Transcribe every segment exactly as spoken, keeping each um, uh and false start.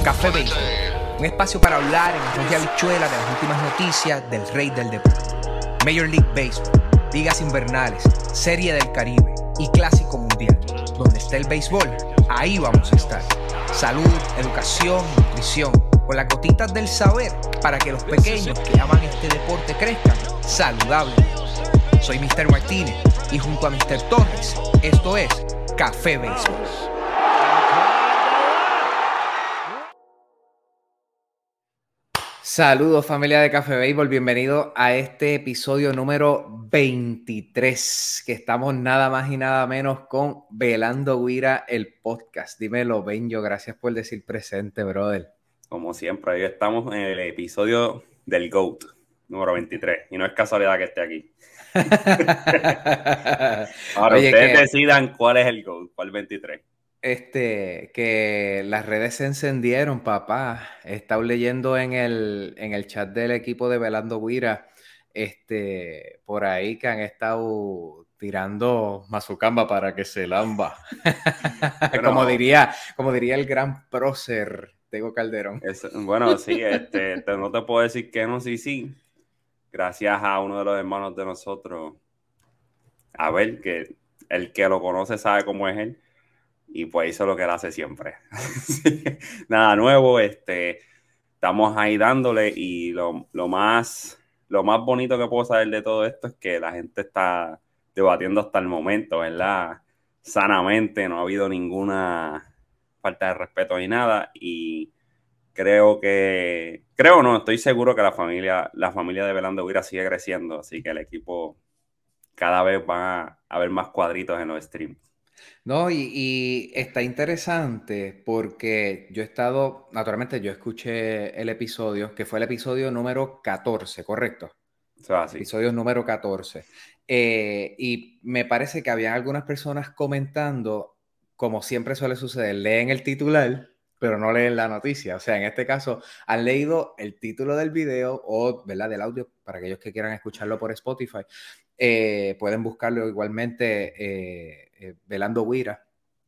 Café Béisbol, un espacio para hablar en arroz y habichuela de las últimas noticias del rey del deporte. Major League Baseball, ligas invernales, Serie del Caribe y Clásico Mundial. Donde esté el béisbol, ahí vamos a estar. Salud, educación, nutrición, con las gotitas del saber para que los pequeños que aman este deporte crezcan saludables. Soy mister Martínez y junto a mister Torres, esto es Café Béisbol. Saludos familia de Café Béisbol, bienvenido a este episodio número veintitrés, que estamos nada más y nada menos con Velando Guira, el podcast. Dímelo, Benjo, gracias por decir presente, brother. Como siempre, hoy estamos en el episodio del GOAT, número veintitrés, y no es casualidad que esté aquí. Ahora, Oye, ustedes que, decidan cuál es el GOAT, cuál veintitrés. este, que las redes se encendieron, papá. He estado leyendo en el, en el chat del equipo de Velando Guira, este, por ahí que han estado tirando mazucamba para que se lamba. Bueno, como diría, como diría el gran prócer Tego Calderón. es, bueno, sí, este, te, no te puedo decir que no, sí, sí. Gracias a uno de los hermanos de nosotros, a ver, que el que lo conoce sabe cómo es él, y pues hizo lo que él hace siempre. Nada nuevo, este, estamos ahí dándole, y lo, lo más, lo más bonito que puedo saber de todo esto es que la gente está debatiendo hasta el momento, ¿verdad? Sanamente, no ha habido ninguna falta de respeto ni nada, y creo que, creo no, estoy seguro que la familia, la familia de Velando Guira sigue creciendo, así que el equipo cada vez va a haber más cuadritos en los streams. No, y, y está interesante porque yo he estado, naturalmente yo escuché el episodio, que fue el episodio número catorce, ¿correcto? Eso es así. Episodio número catorce. Eh, y me parece que había algunas personas comentando, como siempre suele suceder, leen el titular, pero no leen la noticia. O sea, en este caso, han leído el título del video o, ¿verdad?, del audio, para aquellos que quieran escucharlo por Spotify. Eh, pueden buscarlo igualmente, eh, eh, Velando Guira.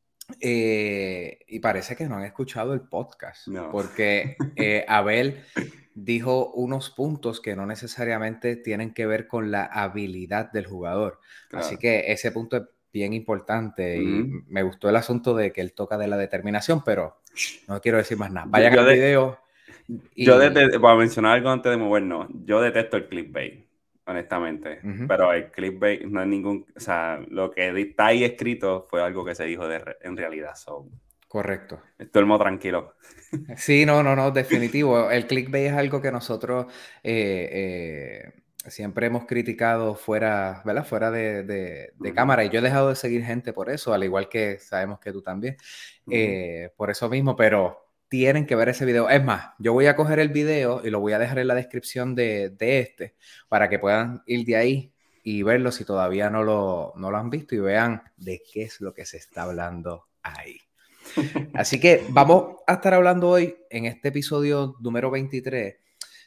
Eh, y parece que no han escuchado el podcast, No. porque eh, Abel dijo unos puntos que no necesariamente tienen que ver con la habilidad del jugador. Claro. Así que ese punto es bien importante. Uh-huh. Y me gustó el asunto de que él toca de la determinación, pero no quiero decir más nada. Vayan yo al de, video. Y... Yo, de, para mencionar algo antes de movernos, yo detesto el clickbait, honestamente. Uh-huh. Pero el clickbait no es ningún... O sea, lo que está ahí escrito fue algo que se dijo de, en realidad. So, correcto. Estoy el modo tranquilo. Sí, no, no, no, definitivo. El clickbait es algo que nosotros eh, eh, siempre hemos criticado fuera, ¿verdad? Fuera de, de, de uh-huh. cámara. Y yo he dejado de seguir gente por eso, al igual que sabemos que tú también. Uh-huh. Eh, por eso mismo, pero tienen que ver ese video. Es más, yo voy a coger el video y lo voy a dejar en la descripción de, de este para que puedan ir de ahí y verlo si todavía no lo, no lo han visto y vean de qué es lo que se está hablando ahí. Así que vamos a estar hablando hoy en este episodio número veintitrés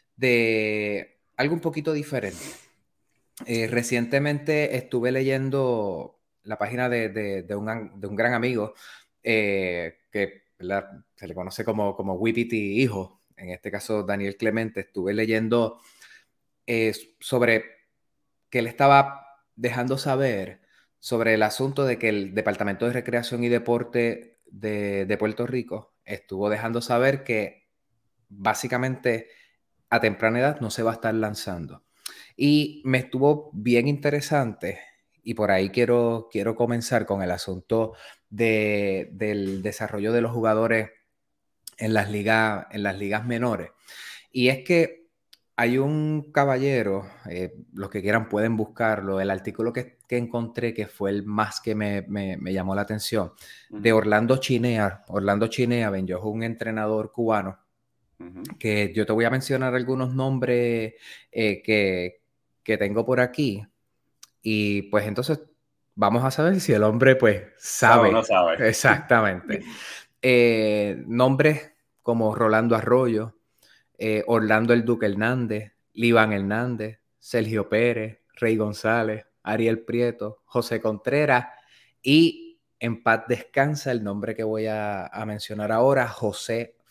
de algo un poquito diferente. Eh, recientemente estuve leyendo la página de, de, de, un, de un gran amigo eh, que ¿verdad?, se le conoce como, como Whippity Hijo, en este caso Daniel Clemente. Estuve leyendo eh, sobre que él estaba dejando saber sobre el asunto de que el Departamento de Recreación y Deporte de, de Puerto Rico estuvo dejando saber que básicamente a temprana edad no se va a estar lanzando. Y me estuvo bien interesante y por ahí quiero, quiero comenzar con el asunto de, del desarrollo de los jugadores en las ligas, en las ligas menores. Y es que hay un caballero, eh, los que quieran pueden buscarlo, el artículo que, que encontré que fue el más que me, me, me llamó la atención, uh-huh. de Orlando Chinea. Orlando Chinea, ven, yo es un entrenador cubano, uh-huh. que yo te voy a mencionar algunos nombres eh, que, que tengo por aquí, y pues entonces vamos a saber si el hombre pues sabe. No, no sabe. Exactamente. eh, nombres como Rolando Arroyo, Eh, Orlando El Duque Hernández, Liván Hernández, Sergio Pérez, Rey González, Ariel Prieto, José Contreras y en paz descansa el nombre que voy a, a mencionar ahora, José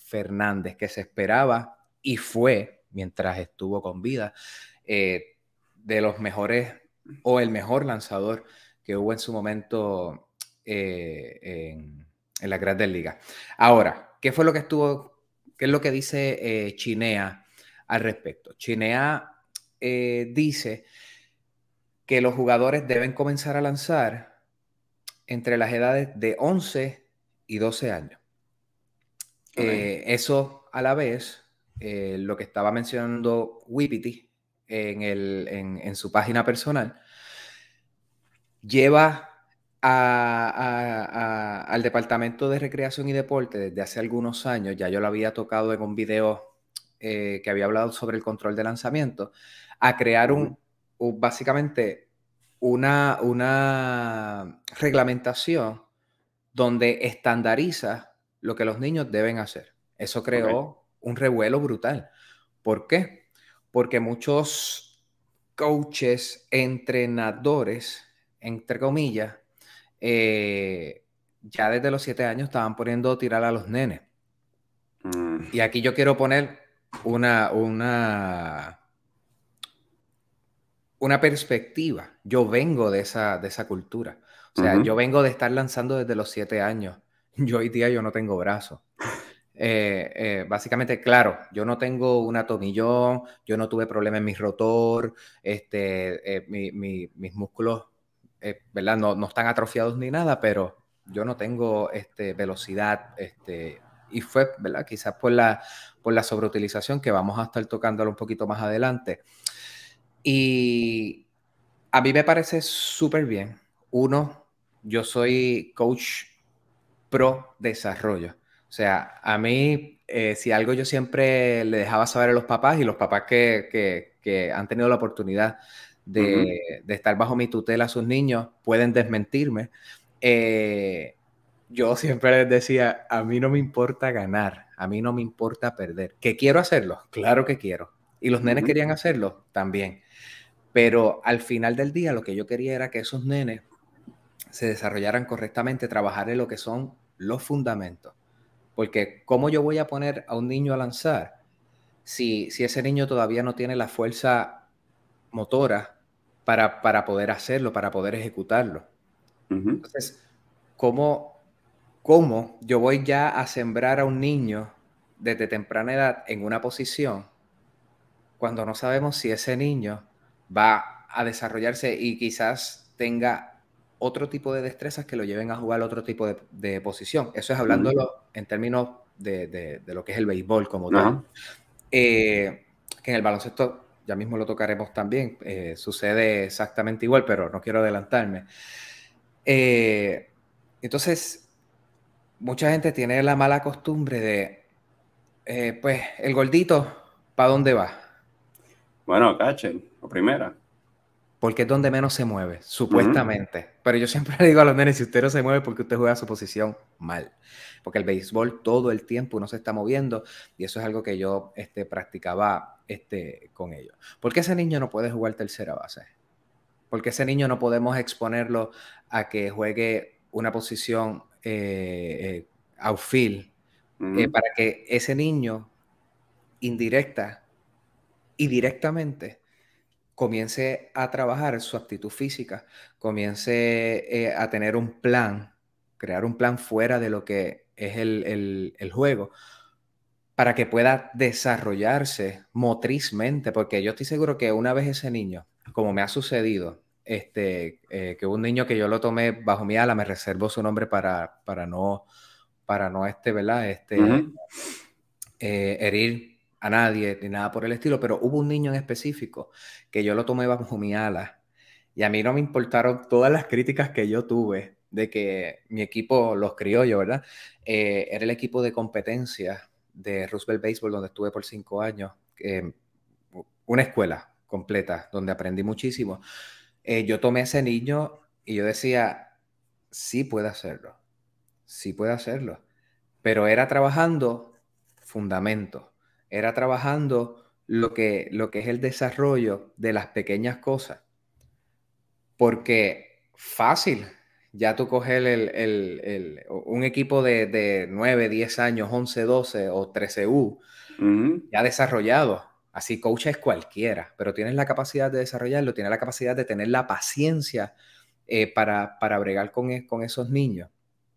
Fernández, que se esperaba y fue, mientras estuvo con vida, eh, de los mejores o el mejor lanzador que hubo en su momento eh, en, en las Grandes Ligas. Ahora, ¿qué fue lo que estuvo, qué es lo que dice eh, Chinea al respecto? Chinea eh, dice que los jugadores deben comenzar a lanzar entre las edades de once y doce años. Okay. Eh, eso a la vez, eh, lo que estaba mencionando Whippity en, el, en, en su página personal, lleva a, a, a, al Departamento de Recreación y Deporte desde hace algunos años, ya yo lo había tocado en un video eh, que había hablado sobre el control de lanzamiento, a crear un, Uh-huh. un básicamente una, una reglamentación donde estandariza lo que los niños deben hacer. Eso creó Okay. un revuelo brutal. ¿Por qué? Porque muchos coaches, entrenadores, entre comillas, eh, ya desde los siete años estaban poniendo tirar a los nenes. Mm. Y aquí yo quiero poner una, una, una perspectiva. Yo vengo de esa, de esa cultura. O sea, yo Uh-huh. vengo de estar lanzando desde los siete años. Yo hoy día yo no tengo brazos. Eh, eh, básicamente, claro, yo no tengo una tomillón, yo no tuve problema en mi rotor, este, eh, mi, mi, mis músculos, eh, ¿verdad? No, no están atrofiados ni nada, pero yo no tengo este, velocidad, este, y fue, ¿verdad? Quizás por la, por la sobreutilización que vamos a estar tocándolo un poquito más adelante. Y a mí me parece súper bien. Uno, yo soy coach pro desarrollo. O sea, a mí, eh, si algo yo siempre le dejaba saber a los papás y los papás que, que, que han tenido la oportunidad Uh-huh. de, de, estar bajo mi tutela a sus niños, pueden desmentirme. Eh, yo siempre les decía, a mí no me importa ganar, a mí no me importa perder. ¿Que quiero hacerlo? Claro que quiero. Y los nenes Uh-huh. querían hacerlo también. Pero al final del día lo que yo quería era que esos nenes se desarrollaran correctamente, trabajar en lo que son los fundamentos. Porque ¿cómo yo voy a poner a un niño a lanzar si, si ese niño todavía no tiene la fuerza motora para, para poder hacerlo, para poder ejecutarlo? Uh-huh. Entonces, ¿cómo, ¿cómo yo voy ya a sembrar a un niño desde temprana edad en una posición cuando no sabemos si ese niño va a desarrollarse y quizás tenga otro tipo de destrezas que lo lleven a jugar otro tipo de, de posición? Eso es Uh-huh. hablándolo en términos de, de, de lo que es el béisbol como tal. Uh-huh. Eh, que en el baloncesto, ya mismo lo tocaremos también, eh, sucede exactamente igual, pero no quiero adelantarme. Eh, entonces, mucha gente tiene la mala costumbre de, eh, pues, el gordito, ¿para dónde va? Bueno, catcher, o primera. Porque es donde menos se mueve, Uh-huh. supuestamente. Pero yo siempre le digo a los nenes, si usted no se mueve, porque usted juega su posición mal. Porque el béisbol todo el tiempo uno se está moviendo y eso es algo que yo este, practicaba este, con ellos. ¿Por qué ese niño no puede jugar tercera base? ¿Por qué ese niño no podemos exponerlo a que juegue una posición eh, eh, outfield eh, Uh-huh. para que ese niño indirecta y directamente comience a trabajar su actitud física, comience eh, a tener un plan, crear un plan fuera de lo que es el, el, el juego, para que pueda desarrollarse motrizmente? Porque yo estoy seguro que una vez ese niño, como me ha sucedido, este, eh, que un niño que yo lo tomé bajo mi ala, me reservo su nombre para, para no, para no este, ¿verdad? Este, Uh-huh. eh, herir a nadie ni nada por el estilo, pero hubo un niño en específico que yo lo tomé bajo mi ala y a mí no me importaron todas las críticas que yo tuve de que mi equipo, los criollos, ¿verdad? Eh, era el equipo de competencia de Roosevelt Baseball donde estuve por cinco años, eh, una escuela completa donde aprendí muchísimo. Eh, yo tomé a ese niño y yo decía, sí puede hacerlo, sí puede hacerlo, pero era trabajando fundamentos, era trabajando lo que, lo que es el desarrollo de las pequeñas cosas, porque fácil, Ya tú coges el, el, el- un equipo de, de nueve, diez años, once, doce o trece U, Ujú, ya desarrollado. Así coach es cualquiera, pero tienes la capacidad de desarrollarlo, tienes la capacidad de tener la paciencia eh, para, para bregar con, e- con esos niños.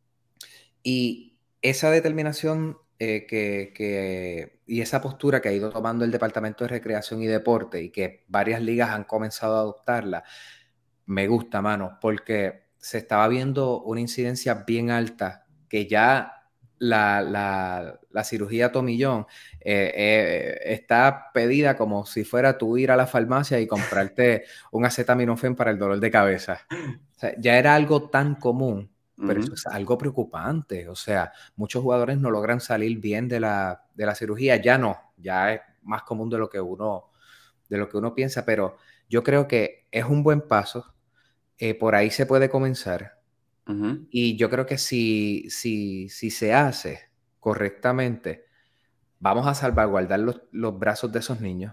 Y esa determinación eh, que, que- y esa postura que ha ido tomando el Departamento de Recreación y Deporte y que varias ligas han comenzado a adoptarla, me gusta, mano, porque se estaba viendo una incidencia bien alta que ya la, la, la cirugía tomillón eh, eh, está pedida como si fuera tú ir a la farmacia y comprarte un acetaminofén para el dolor de cabeza. O sea, ya era algo tan común, pero eso ujú. es algo preocupante. O sea, muchos jugadores no logran salir bien de la, de la cirugía. Ya no, ya es más común de lo que uno, de lo que uno piensa, pero yo creo que es un buen paso. Eh, por ahí se puede comenzar. Ujú, Y yo creo que si, si, si se hace correctamente, vamos a salvaguardar los, los brazos de esos niños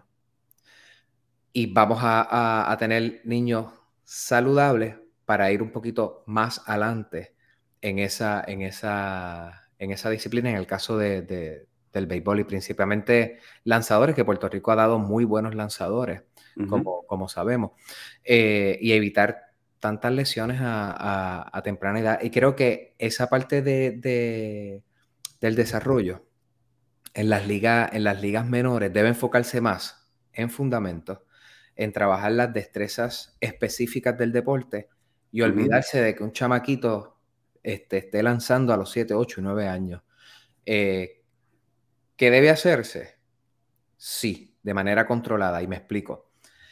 y vamos a, a- a tener niños saludables para ir un poquito más adelante en esa, en esa, en esa disciplina, en el caso de, de- del béisbol y principalmente lanzadores, que Puerto Rico ha dado muy buenos lanzadores, ujú, como, como sabemos, eh, y evitar tantas lesiones a, a- a temprana edad. Y creo que esa parte de, de- del desarrollo en las ligas, en las ligas menores debe enfocarse más en fundamentos, en trabajar las destrezas específicas del deporte y ujú. olvidarse de que un chamaquito este, esté lanzando a los siete, ocho y nueve años. Eh, ¿Qué debe hacerse? Sí, de manera controlada, y me explico.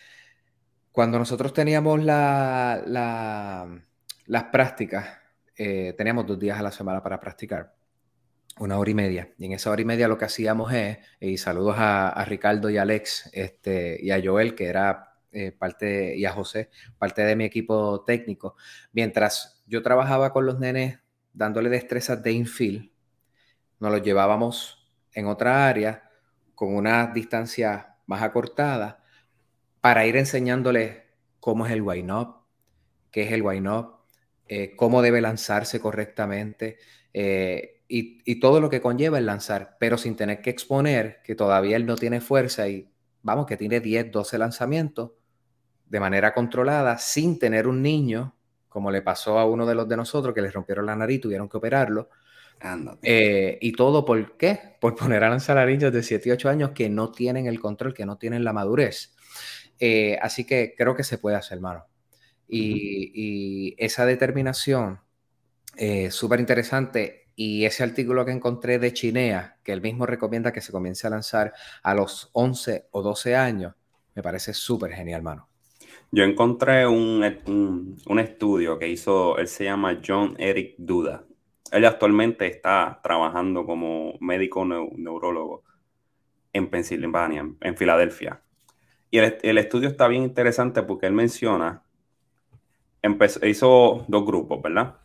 Cuando nosotros teníamos la, la- las prácticas, eh, teníamos dos días a la semana para practicar. Una hora y media. Y en esa hora y media lo que hacíamos es, y saludos a, a Ricardo y a Alex este, y a Joel, que era eh, parte, y a José, parte de mi equipo técnico. Mientras yo trabajaba con los nenes dándole destrezas de infield, nos los llevábamos en otra área con una distancia más acortada para ir enseñándoles cómo es el wind-up, qué es el wind-up, eh, cómo debe lanzarse correctamente eh, y, y todo lo que conlleva el lanzar, pero sin tener que exponer que todavía él no tiene fuerza y vamos, que tiene diez, doce lanzamientos de manera controlada, sin tener un niño, como le pasó a uno de los de nosotros que le rompieron la nariz, tuvieron que operarlo. Ándate. Eh, ¿y todo por qué? Por poner a lanzar a niños de siete y ocho años que no tienen el control, que no tienen la madurez. Eh, así que creo que se puede hacer, hermano. Ujú. Y, y esa determinación, eh, súper interesante. Y ese artículo que encontré de Chinea, que él mismo recomienda que se comience a lanzar a los once o doce años, me parece súper genial, hermano. Yo encontré un, un, un estudio que hizo, él se llama John Eric Duda. Él actualmente está trabajando como médico neu- neurólogo en Pensilvania, en Filadelfia. Y el, el estudio está bien interesante porque él menciona, empezó, hizo dos grupos, ¿verdad?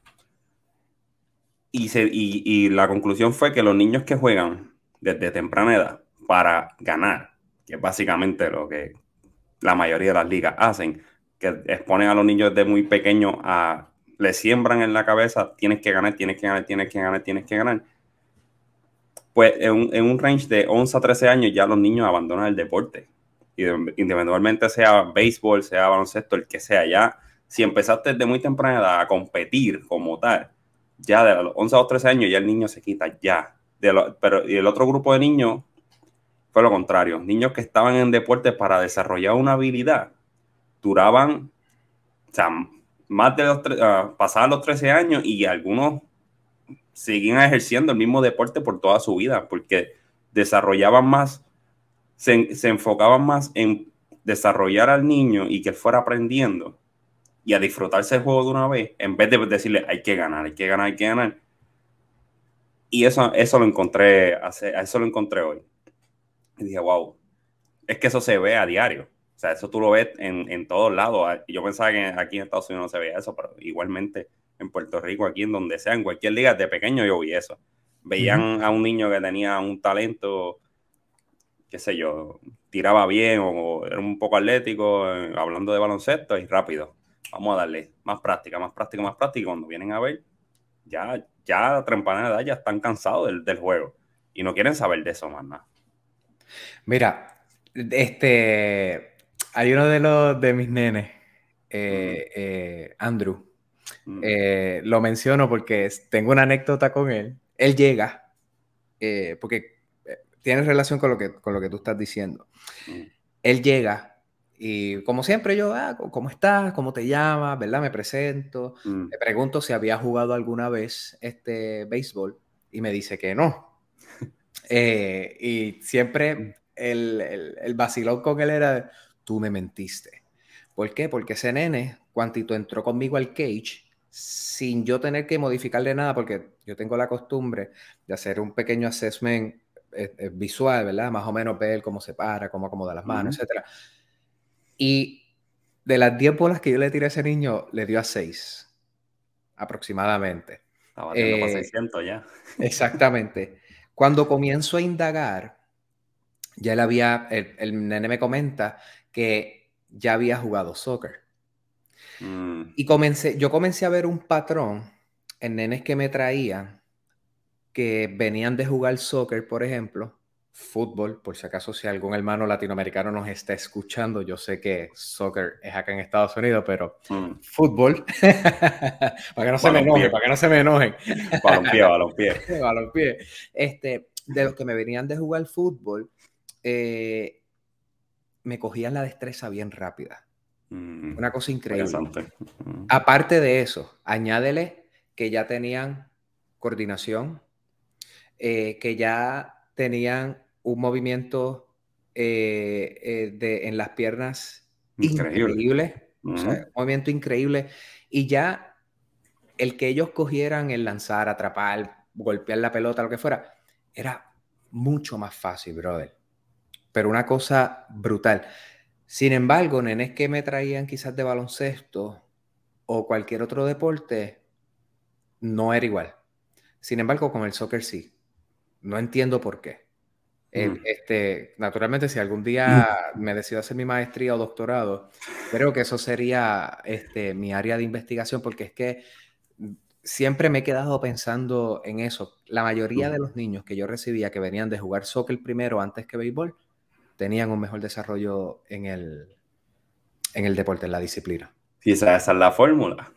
Y, se, y, y la conclusión fue que los niños que juegan desde temprana edad para ganar, que es básicamente lo que la mayoría de las ligas hacen, que exponen a los niños desde muy pequeños a, le siembran en la cabeza, tienes que ganar, tienes que ganar, tienes que ganar, tienes que ganar. Pues en un, en un range de once a trece años ya los niños abandonan el deporte. Y de- individualmente sea béisbol, sea baloncesto, el que sea, ya si empezaste desde muy temprana edad a competir como tal, ya de los once a los trece años ya el niño se quita, ya. De lo- pero y el otro grupo de niños fue lo contrario. Niños que estaban en deporte para desarrollar una habilidad, duraban, o sea, más de los, tre- ah, pasaban los trece años y algunos seguían ejerciendo el mismo deporte por toda su vida, porque desarrollaban más, se, se enfocaban más en desarrollar al niño y que él fuera aprendiendo y a disfrutarse el juego de una vez, en vez de decirle hay que ganar, hay que ganar, hay que ganar. Y eso, eso lo encontré, hace, eso lo encontré hoy. Y dije, wow, es que eso se ve a diario. O sea, eso tú lo ves en, en todos lados. Yo pensaba que aquí en Estados Unidos no se veía eso, pero igualmente en Puerto Rico, aquí en donde sea, en cualquier liga, de pequeño yo vi eso. Ujú. Veían a un niño que tenía un talento, qué sé yo, tiraba bien o era un poco atlético, eh, hablando de baloncesto y rápido. vamos a darle más práctica, más práctica, más práctica. Y cuando vienen a ver, ya, ya a temprana edad ya están cansados del, del juego y no quieren saber de eso más nada. Mira, este, hay uno de los de mis nenes, Mm, eh, eh, Andrew. mm, Eh, lo menciono porque es- tengo una anécdota con él. Él llega, eh, porque eh, tiene relación con lo que, con lo que tú estás diciendo. mm, Él llega y como siempre yo, ah, ¿cómo estás? ¿Cómo te llamas? ¿Verdad? Me presento. mm. Le pregunto si había jugado alguna vez este béisbol y me dice que no. Eh, y siempre el, el, el vacilón con él era, tú me mentiste. ¿Por qué? Porque ese nene, cuantito entró conmigo al cage, sin yo tener que modificarle nada, porque yo tengo la costumbre de hacer un pequeño assessment eh, eh, visual, ¿verdad? Más o menos ver cómo se para, cómo acomoda las manos, Mm. etcétera. Y de las diez bolas que yo le tiré a ese niño, le dio a seis aproximadamente. Está batiendo para Eh, seiscientos ya. exactamente. Cuando comienzo a indagar, ya él había, el, el nene me comenta que ya había jugado soccer. Mm, Y comencé, yo comencé a ver un patrón en nenes que me traían, que venían de jugar soccer, por ejemplo, fútbol, por si acaso si algún hermano latinoamericano nos está escuchando, yo sé que soccer es acá en Estados Unidos, pero mm. fútbol, para que no se me enojen, Balompié, para que no se me enojen. balompié, balompié. Balompié. Este, de los que me venían de jugar fútbol, eh, me cogían la destreza bien rápida. Mm, Una cosa increíble. interesante. Mm, Aparte de eso, añádele que ya tenían coordinación, eh, que ya tenían un movimiento eh, eh, de, en las piernas increíble. increíble, o sea, Mm, un movimiento increíble, y ya el que ellos cogieran el lanzar, atrapar, golpear la pelota, lo que fuera, era mucho más fácil, brother. Pero una cosa brutal. Sin embargo, nenes que me traían quizás de baloncesto o cualquier otro deporte, no era igual. Sin embargo, con el soccer sí. No entiendo por qué. El, mm. este, naturalmente, si algún día me decido hacer mi maestría o doctorado, creo que eso sería este, mi área de investigación, porque es que siempre me he quedado pensando en eso. La mayoría de los niños que yo recibía que venían de jugar soccer primero antes que béisbol, tenían un mejor desarrollo en el, en el deporte, en la disciplina. Quizás esa es la fórmula.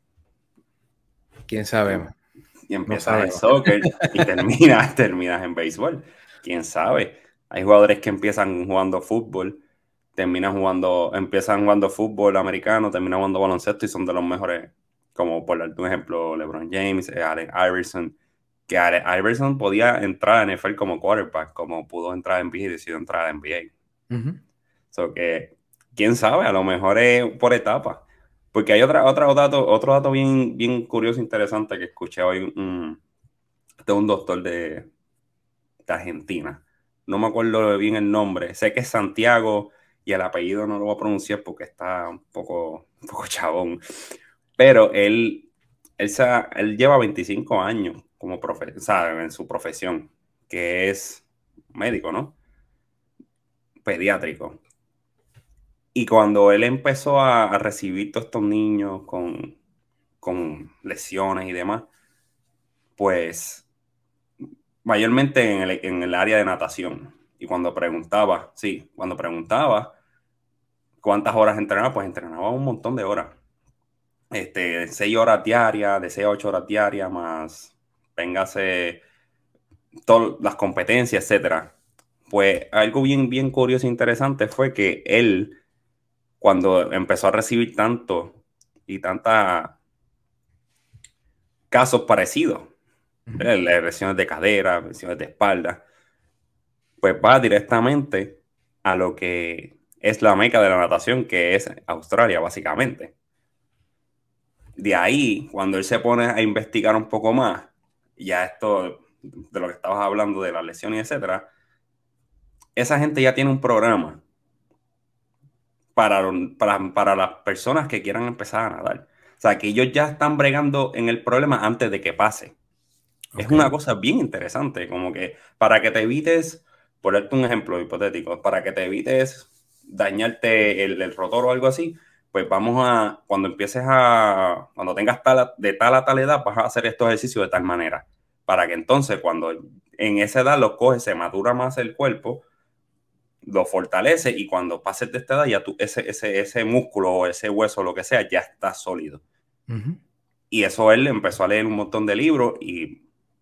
¿Quién Em- sabemos? Y No empiezas en sabemos. soccer y terminas, terminas en béisbol. ¿Quién sabe? Hay jugadores que empiezan jugando fútbol, terminan jugando, empiezan jugando fútbol americano, terminan jugando baloncesto y son de los mejores. Como por darte un ejemplo, LeBron James, eh, Allen Iverson, que Allen Iverson podía entrar a N F L como quarterback, como pudo entrar en N B A y decidió entrar a N B A. Ujú. So que, quién sabe, a lo mejor es por etapa. Porque hay otra, otra dato, otro dato bien, bien curioso e interesante que escuché hoy mm, de un doctor de, de Argentina. No me acuerdo bien el nombre. Sé que es Santiago y el apellido no lo voy a pronunciar porque está un poco, un poco chabón. Pero él, él, se ha- él lleva veinticinco años como profe, o sea, en su profesión, que es médico, ¿no? Pediátrico. Y cuando él empezó a, a recibir todos estos niños con, con lesiones y demás, pues mayormente en el, en el área de natación. Y cuando preguntaba, sí, cuando preguntaba cuántas horas entrenaba, pues entrenaba un montón de horas. Este, seis horas diarias, de seis a ocho horas diarias, más véngase todas las competencias, etcétera. Pues algo bien, bien curioso e interesante fue que él, cuando empezó a recibir tanto y tantas casos parecidos, Ujú. ¿verdad? Lesiones de cadera, lesiones de espalda, pues va directamente a lo que es la meca de la natación, que es Australia, básicamente. De ahí, cuando él se pone a investigar un poco más, ya esto de lo que estabas hablando de las lesiones, etcétera, esa gente ya tiene un programa para, para, para las personas que quieran empezar a nadar. O sea, que ellos ya están bregando en el problema antes de que pase. Es Ok. una cosa bien interesante, como que para que te evites, por darte un ejemplo hipotético, para que te evites dañarte el, el rotor o algo así, pues vamos a, cuando empieces a, cuando tengas tal, de tal a tal edad, vas a hacer estos ejercicios de tal manera, para que entonces cuando en esa edad los coges, se madura más el cuerpo, lo fortalece y cuando pases de esta edad ya tú, ese, ese, ese músculo o ese hueso, lo que sea, ya está sólido. Uh-huh. Y eso él empezó a leer un montón de libros y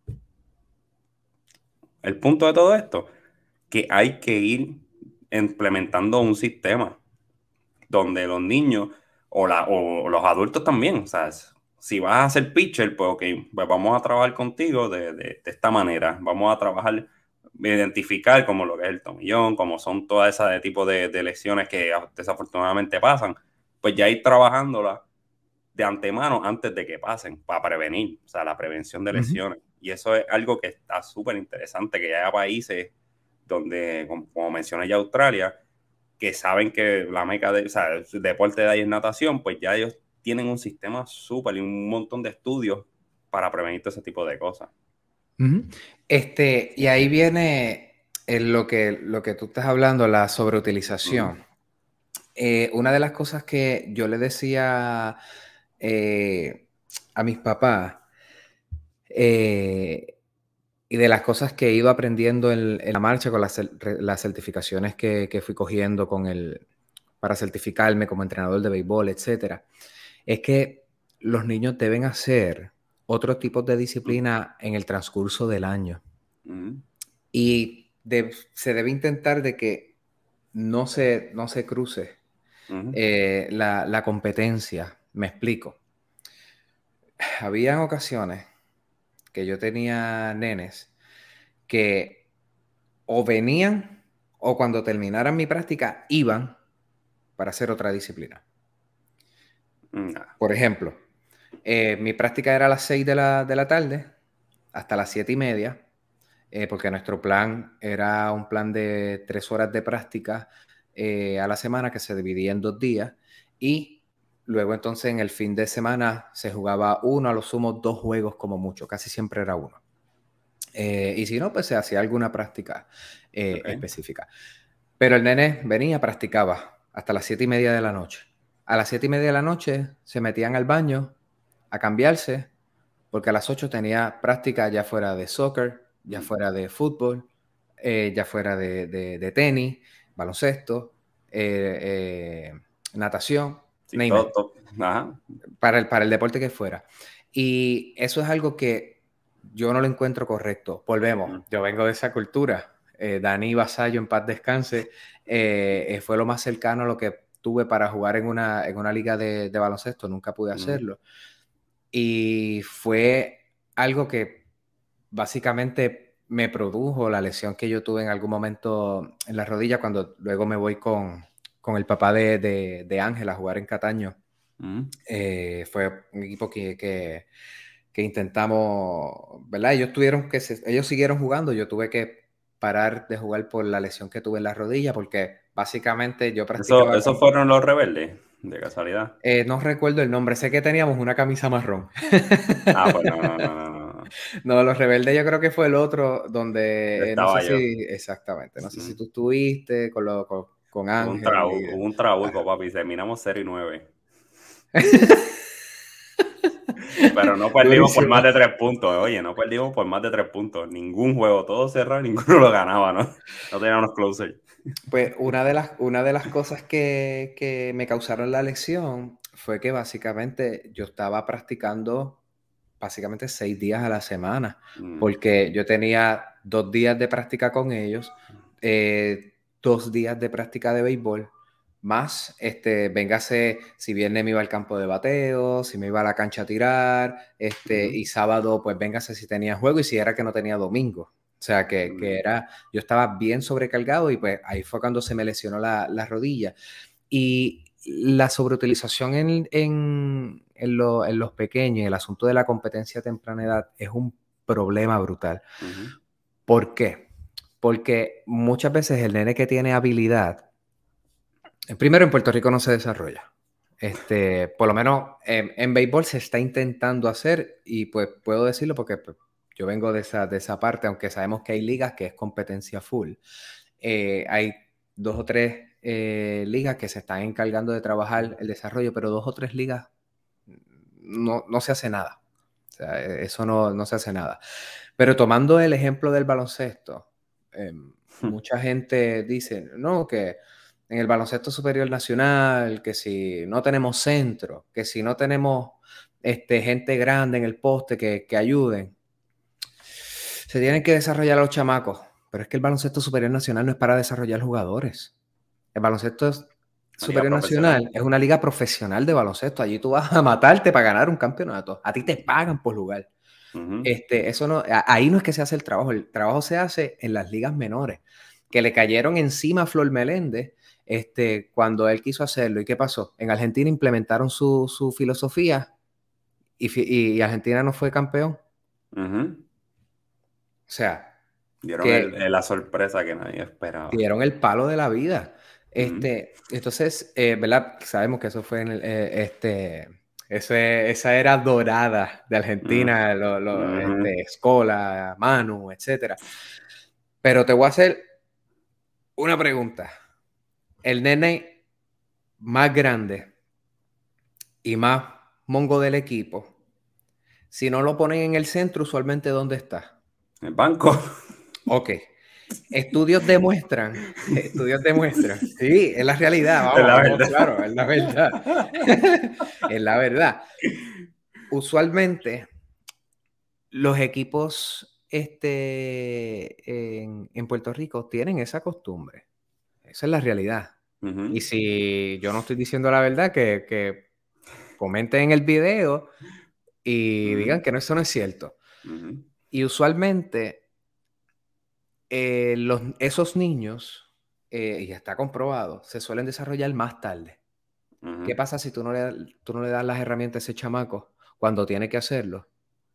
el punto de todo esto, que hay que ir implementando un sistema donde los niños o, la, o los adultos también, o sea, si vas a ser pitcher, pues ok, pues vamos a trabajar contigo de, de, de esta manera, vamos a trabajar, identificar como lo que es el tomillón, como son todas esas tipo de, de lesiones que desafortunadamente pasan, pues ya ir trabajándolas de antemano antes de que pasen, para prevenir, o sea, la prevención de Uh-huh. lesiones. Y eso es algo que está súper interesante, que ya haya países donde, como, como mencioné ya Australia, que saben que la meca de, o sea, el deporte de ahí es natación, pues ya ellos tienen un sistema súper y un montón de estudios para prevenir todo ese tipo de cosas. Uh-huh. Este, y ahí viene en lo que, lo que tú estás hablando, la sobreutilización. Uh-huh. Eh, una de las cosas que yo le decía eh, a mis papás, eh, y de las cosas que he ido aprendiendo en, en la marcha con las, las certificaciones que, que fui cogiendo con el, para certificarme como entrenador de béisbol, etcétera, es que los niños deben hacer otros tipos de disciplina en el transcurso del año. Uh-huh. Y de, se debe intentar de que no se, no se cruce Uh-huh. eh, la, la competencia. Me explico. Habían ocasiones que yo tenía nenes que o venían o cuando terminaran mi práctica iban para hacer otra disciplina. Uh-huh. Por ejemplo, eh, mi práctica era a las seis de la, de la tarde hasta las siete y media, eh, porque nuestro plan era un plan de tres horas de práctica eh, a la semana que se dividía en dos días y luego entonces en el fin de semana se jugaba uno, a lo sumo dos juegos como mucho, casi siempre era uno. Eh, y si no, pues se hacía alguna práctica eh, Okay. específica. Pero el nene venía, practicaba hasta las siete y media de la noche. A las siete y media de la noche se metían al baño a cambiarse, porque a las ocho tenía práctica ya fuera de soccer, ya Uh-huh. fuera de fútbol, eh, ya fuera de, de, de tenis, baloncesto, eh, eh, natación, Sí, name it, todo, todo. Ajá. para el, para el deporte que fuera. Y eso es algo que yo no lo encuentro correcto. Volvemos, Uh-huh. yo vengo de esa cultura. Eh, Dani Vasallo, en paz descanse, eh, eh, fue lo más cercano a lo que tuve para jugar en una, en una liga de, de baloncesto. Nunca pude Uh-huh. hacerlo. Y fue algo que básicamente me produjo la lesión que yo tuve en algún momento en la rodilla cuando luego me voy con, con el papá de, de, de Ángel a jugar en Cataño. Uh-huh. Eh, fue un equipo que, que, que intentamos, ¿verdad? Ellos tuvieron que, se- ellos siguieron jugando, yo tuve que parar de jugar por la lesión que tuve en la rodilla porque básicamente yo Eso, practicaba esos con, fueron los rebeldes, de casualidad. eh, no recuerdo el nombre, sé que teníamos una camisa marrón. Ah, pues no, no, no, no, no, no. No, Los Rebeldes yo creo que fue el otro donde, eh, no sé Estaba yo. si, exactamente, no sé si Uh-huh. tú estuviste con, lo, con, con Hubo un, Ángel trau, y... hubo un trabuco, Ajá. papi. Terminamos cero y nueve. Pero no perdimos por Durísimo. más de tres puntos. Oye, no perdimos por más de tres puntos. Ningún juego, todo cerrado, ninguno lo ganaba, ¿no? No teníamos closer. Pues una de las, una de las cosas que, que me causaron la lesión fue que básicamente yo estaba practicando básicamente seis días a la semana, Mm, porque yo tenía dos días de práctica con ellos, eh, dos días de práctica de béisbol, más, este, véngase, si viernes me iba al campo de bateo, si me iba a la cancha a tirar, este, ujú, y sábado, pues véngase si tenía juego y si era que no tenía domingo. O sea, que, que mm, era, yo estaba bien sobrecargado y pues ahí fue cuando se me lesionó la, la rodilla. Y la sobreutilización en, en, en, lo, en los pequeños, el asunto de la competencia a temprana edad es un problema brutal. ujú, ¿Por qué? Porque muchas veces el nene que tiene habilidad, primero en Puerto Rico no se desarrolla. Este, por lo menos en, en béisbol se está intentando hacer y pues puedo decirlo porque pues, yo vengo de esa, de esa parte, aunque sabemos que hay ligas que es competencia full. Eh, hay dos o tres eh, ligas que se están encargando de trabajar el desarrollo, pero dos o tres ligas no, no se hace nada. O sea, eso no, no se hace nada. Pero tomando el ejemplo del baloncesto, eh, mucha gente dice, no, que en el baloncesto superior nacional, que si no tenemos centro, que si no tenemos este, gente grande en el poste que, que ayuden, se tienen que desarrollar los chamacos. Pero es que el baloncesto superior nacional no es para desarrollar jugadores. El baloncesto Una liga superior profesional. nacional es una liga profesional de baloncesto. Allí tú vas a matarte para ganar un campeonato. A ti te pagan por jugar. Uh-huh. Este, eso no, ahí no es que se hace el trabajo. El trabajo se hace en las ligas menores, que le cayeron encima a Flor Meléndez este, cuando él quiso hacerlo. ¿Y qué pasó? En Argentina implementaron su, su filosofía y, y, Argentina no fue campeón. Uh-huh. O sea, dieron que el, el, la sorpresa que nadie esperaba. Dieron el palo de la vida. Este, uh-huh. Entonces, eh, ¿verdad? Sabemos que eso fue en el, eh, este, ese, esa era dorada de Argentina, uh-huh. lo, lo, uh-huh. este, Scola, Manu, etcétera. Pero te voy a hacer una pregunta. El nene más grande y más mongo del equipo, si no lo ponen en el centro, usualmente ¿dónde está? En el banco. Ok. Estudios demuestran, estudios demuestran, sí, es la realidad, vamos, es la vamos, verdad. claro, es la verdad, es la verdad. Usualmente, los equipos este, en, en Puerto Rico tienen esa costumbre, esa es la realidad. Uh-huh. Y si yo no estoy diciendo la verdad, que, que comenten en el video y uh-huh. digan que no, eso no es cierto. Uh-huh. Y usualmente... Eh, los, esos niños, eh, y está comprobado, se suelen desarrollar más tarde. Uh-huh. ¿Qué pasa si tú no, le, tú no le das las herramientas a ese chamaco cuando tiene que hacerlo?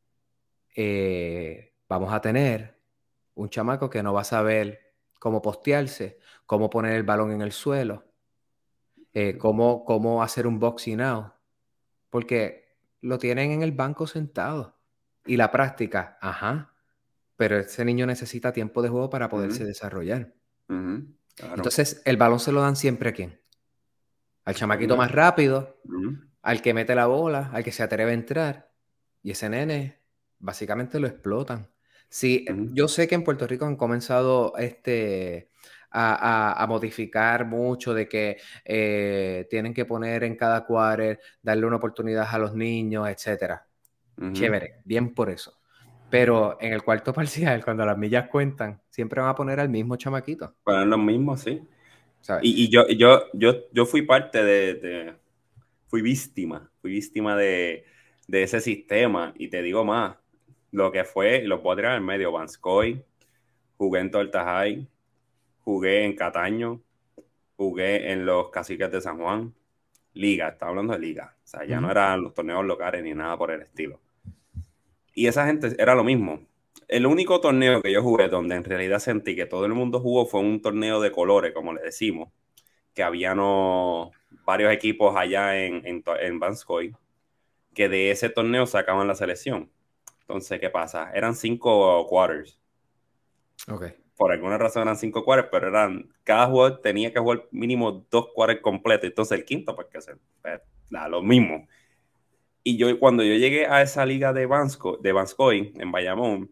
Eh, vamos a tener un chamaco que no va a saber cómo postearse, cómo poner el balón en el suelo, eh, cómo, cómo hacer un boxing out, porque lo tienen en el banco sentado. Y la práctica, ajá. Pero ese niño necesita tiempo de juego para poderse uh-huh. desarrollar. Uh-huh. Claro. Entonces, el balón se lo dan siempre a quién? Al chamaquito uh-huh. más rápido, uh-huh. al que mete la bola, al que se atreve a entrar. Y ese nene, básicamente lo explotan. Sí, uh-huh. yo sé que en Puerto Rico han comenzado este, a, a, a modificar mucho de que eh, tienen que poner en cada quarter, darle una oportunidad a los niños, etcétera. Uh-huh. Chévere, bien por eso. Pero en el cuarto parcial, cuando las millas cuentan, siempre van a poner al mismo chamaquito. Ponen los mismos, sí. ¿Sabes? Y, y yo, yo, yo, yo fui parte de, de... Fui víctima. Fui víctima de, de ese sistema. Y te digo más. Lo que fue, lo puedo tirar en medio. Vanscoy. Jugué en Torta High. Jugué en Cataño. Jugué en los Caciques de San Juan. Liga. Estaba hablando de liga. O sea, ya uh-huh. no eran los torneos locales ni nada por el estilo. Y esa gente era lo mismo. El único torneo que yo jugué donde en realidad sentí que todo el mundo jugó fue un torneo de colores, como le decimos, que había no, varios equipos allá en, en, en Vanscoy, que de ese torneo sacaban la selección. Entonces, ¿qué pasa? Eran cinco quarters. Okay. Por alguna razón eran cinco quarters, pero eran, cada jugador tenía que jugar mínimo dos quarters completos. Entonces el quinto, pues que se, pues, lo mismo. Y yo, cuando yo llegué a esa liga de Vanscoy, de Vanscoy en Bayamón,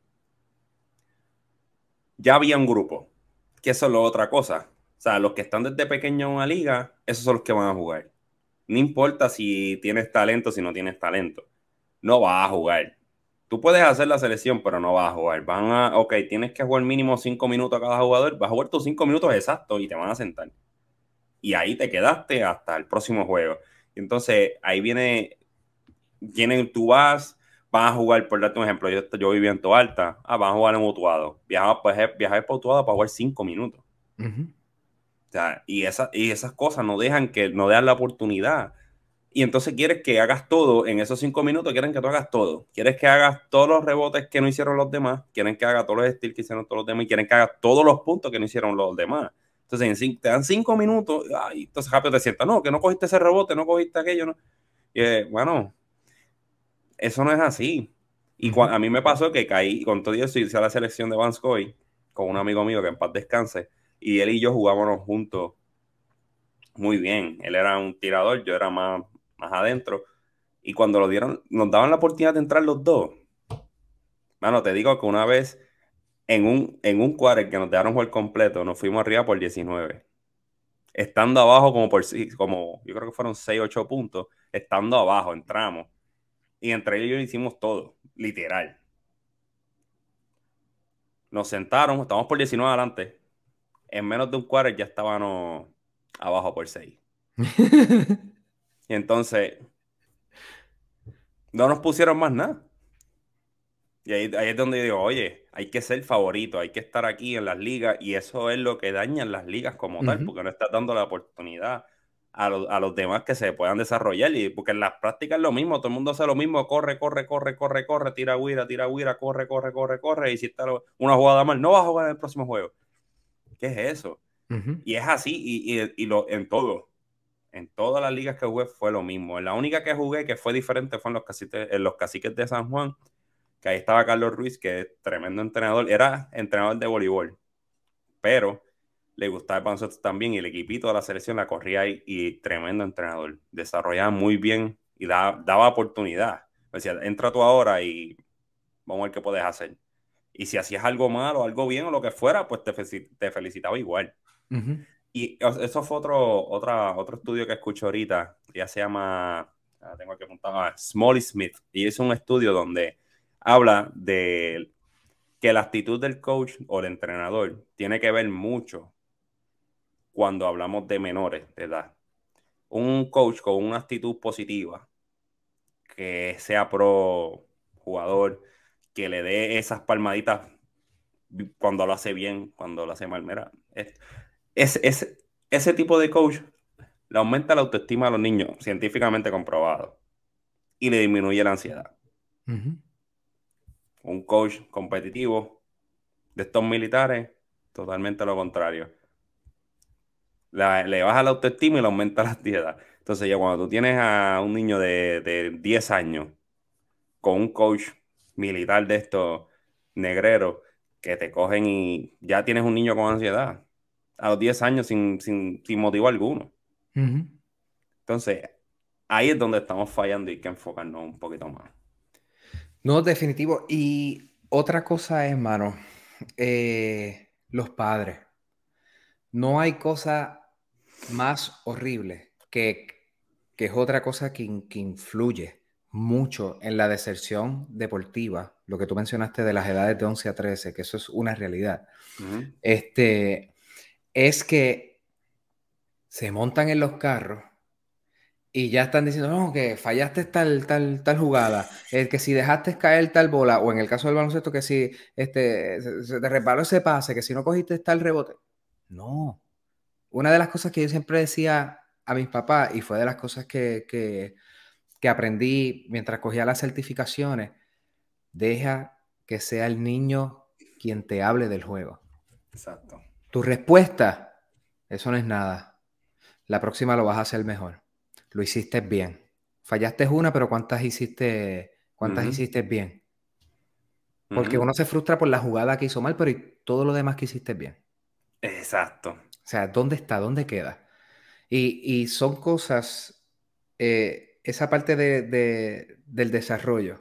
ya había un grupo, que eso es lo otra cosa. O sea, los que están desde pequeños en una liga, esos son los que van a jugar. No importa si tienes talento, si no tienes talento. No vas a jugar. Tú puedes hacer la selección, pero no vas a jugar. Van a, ok, tienes que jugar mínimo cinco minutos a cada jugador. Vas a jugar tus cinco minutos exactos y te van a sentar. Y ahí te quedaste hasta el próximo juego. Y entonces, ahí viene... Tienen, tú vas, vas a jugar, por darte un ejemplo, yo, yo vivía en Toalta, ah, vas a jugar en Utuado, viajaba, pues, viajar para Utuado para jugar cinco minutos. Uh-huh. O sea, y, esa, y esas cosas no dejan que, no dejan la oportunidad. Y entonces quieres que hagas todo, en esos cinco minutos quieren que tú hagas todo. Quieres que hagas todos los rebotes que no hicieron los demás, quieren que hagas todos los steals que hicieron todos los demás, y quieren que hagas todos los puntos que no hicieron los demás. Entonces, en cinco, te dan cinco minutos, ay, entonces rápido te sientas, no, que no cogiste ese rebote, no cogiste aquello, no. Y, eh, bueno... Eso no es así. Y uh-huh. a mí me pasó que caí con todo eso y hice la selección de Vanscoy con un amigo mío que en paz descanse. Y él y yo jugábamos juntos muy bien. Él era un tirador, yo era más, más adentro. Y cuando lo dieron, nos daban la oportunidad de entrar los dos. Mano, te digo que una vez en un, en un quarter que nos dejaron jugar completo, nos fuimos arriba por diecinueve. Estando abajo como por sí, como yo creo que fueron seis ocho puntos, estando abajo, entramos. Y entre ellos hicimos todo, literal. Nos sentaron, estábamos por diecinueve adelante. En menos de un quarter ya estábamos abajo por seis. Y entonces no nos pusieron más nada. Y ahí, ahí es donde yo digo, oye, hay que ser favorito, hay que estar aquí en las ligas y eso es lo que daña las ligas como tal, Ujú, porque no estás dando la oportunidad a, lo- a los demás que se puedan desarrollar. Y porque en las prácticas es lo mismo, todo el mundo hace lo mismo, corre, corre, corre, corre, corre, tira guira, tira guira, corre, corre, corre, corre, y si está lo- una jugada mal, no vas a jugar en el próximo juego. ¿Qué es eso? ujú, Y es así, y, y, y lo, en todo. En todas las ligas que jugué fue lo mismo. En la única que jugué que fue diferente fue en los caciques, en los caciques de San Juan, que ahí estaba Carlos Ruiz, que es tremendo entrenador. Era entrenador de voleibol, pero le gustaba el baloncesto también y el equipito de la selección la corría ahí y tremendo entrenador. Desarrollaba muy bien y daba, daba oportunidad. Decía, entra tú ahora y vamos a ver qué puedes hacer. Y si hacías algo malo, algo bien o lo que fuera, pues te, felici- te felicitaba igual. ujú. Y eso fue otro, otra, otro estudio que escucho ahorita, ya se llama, ah, tengo aquí apuntado, ah, Smalley Smith, y es un estudio donde habla de que la actitud del coach o el entrenador tiene que ver mucho cuando hablamos de menores de edad. Un coach con una actitud positiva, que sea pro jugador, que le dé esas palmaditas cuando lo hace bien, cuando lo hace mal. Mira, es, es, es- ese tipo de coach le aumenta la autoestima a los niños, científicamente comprobado, y le disminuye la ansiedad. Ujú. Un coach competitivo de estos militares, totalmente lo contrario. La- le baja la autoestima y le aumenta la ansiedad. Entonces, ya cuando tú tienes a un niño de, de diez años con un coach militar de estos negreros que te cogen y ya tienes un niño con ansiedad a los diez años sin, sin, sin motivo alguno. Ujú. Entonces, ahí es donde estamos fallando y hay que enfocarnos un poquito más. No, definitivo. Y otra cosa es, mano, eh, los padres. No hay cosa más horrible que, que es otra cosa que, in- que influye mucho en la deserción deportiva, lo que tú mencionaste de las edades de once a trece, que eso es una realidad. Ujú. Este, es que se montan en los carros y ya están diciendo, no, que fallaste tal, tal, tal jugada, el que si dejaste caer tal bola, o en el caso del baloncesto, que si este, se, se te resbaló ese pase, que si no cogiste tal rebote. No. Una de las cosas que yo siempre decía a mis papás, y fue de las cosas que, que, que aprendí mientras cogía las certificaciones, deja que sea el niño quien te hable del juego. Exacto. Tu respuesta, eso no es nada. La próxima lo vas a hacer mejor. Lo hiciste bien. Fallaste una, pero ¿cuántas hiciste, cuántas Ujú, hiciste bien? Porque ujú. uno se frustra por la jugada que hizo mal, pero ¿y todo lo demás que hiciste bien? Exacto. O sea, ¿dónde está? ¿Dónde queda? Y, y son cosas, eh, esa parte de, de- del desarrollo,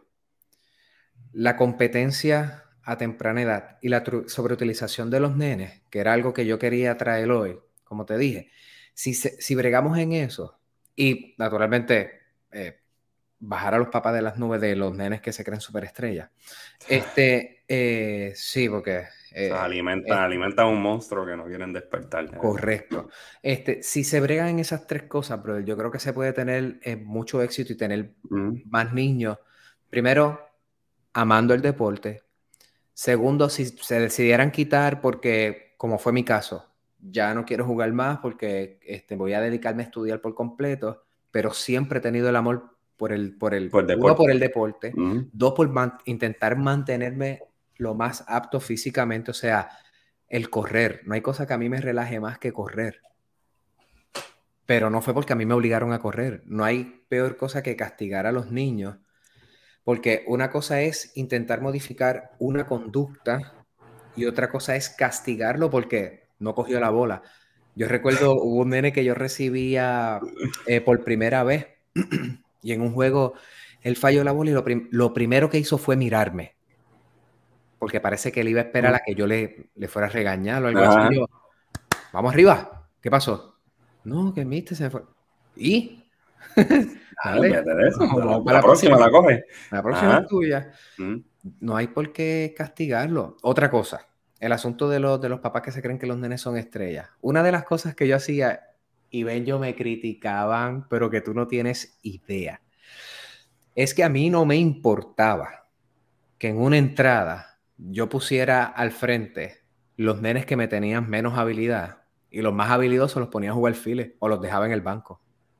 la competencia a temprana edad y la tru- sobreutilización de los nenes, que era algo que yo quería traer hoy, como te dije, si, se- si bregamos en eso y naturalmente eh, bajar a los papás de las nubes de los nenes que se creen superestrellas, este, eh, sí, porque O sea, eh, alimentan, alimentan un monstruo que no quieren despertar, de verdad. correcto. Este, si se bregan en esas tres cosas, brother, yo creo que se puede tener eh, mucho éxito y tener Ujú. más niños. Primero, amando el deporte. Segundo, si se decidieran quitar porque, como fue mi caso, ya no quiero jugar más porque este, voy a dedicarme a estudiar por completo, pero siempre he tenido el amor por el, por el, Por uno, por deporte. el deporte, Ujú. dos, por man- intentar mantenerme lo más apto físicamente, o sea, el correr. No hay cosa que a mí me relaje más que correr. Pero no fue porque a mí me obligaron a correr. No hay peor cosa que castigar a los niños, porque una cosa es intentar modificar una conducta y otra cosa es castigarlo porque no cogió la bola. Yo recuerdo, hubo un nene que yo recibía eh, por primera vez y en un juego él falló la bola y lo, prim lo primero que hizo fue mirarme, porque parece que él iba a esperar a que yo le, le fuera a regañar o algo así. Ajá. Yo, vamos arriba, ¿qué pasó? No, que mister se fue. ¿Y? Ah, Dale, olvídate de eso. vamos, La, vamos para la la próxima próxima. la coge. La próxima es Ajá. tuya. Mm. No hay por qué castigarlo. Otra cosa, el asunto de los, de los papás que se creen que los nenes son estrellas. Una de las cosas que yo hacía, y ven, yo me criticaban, pero que tú no tienes idea, es que a mí no me importaba que en una entrada yo pusiera al frente los nenes que me tenían menos habilidad y los más habilidosos los ponía a jugar file o los dejaba en el banco.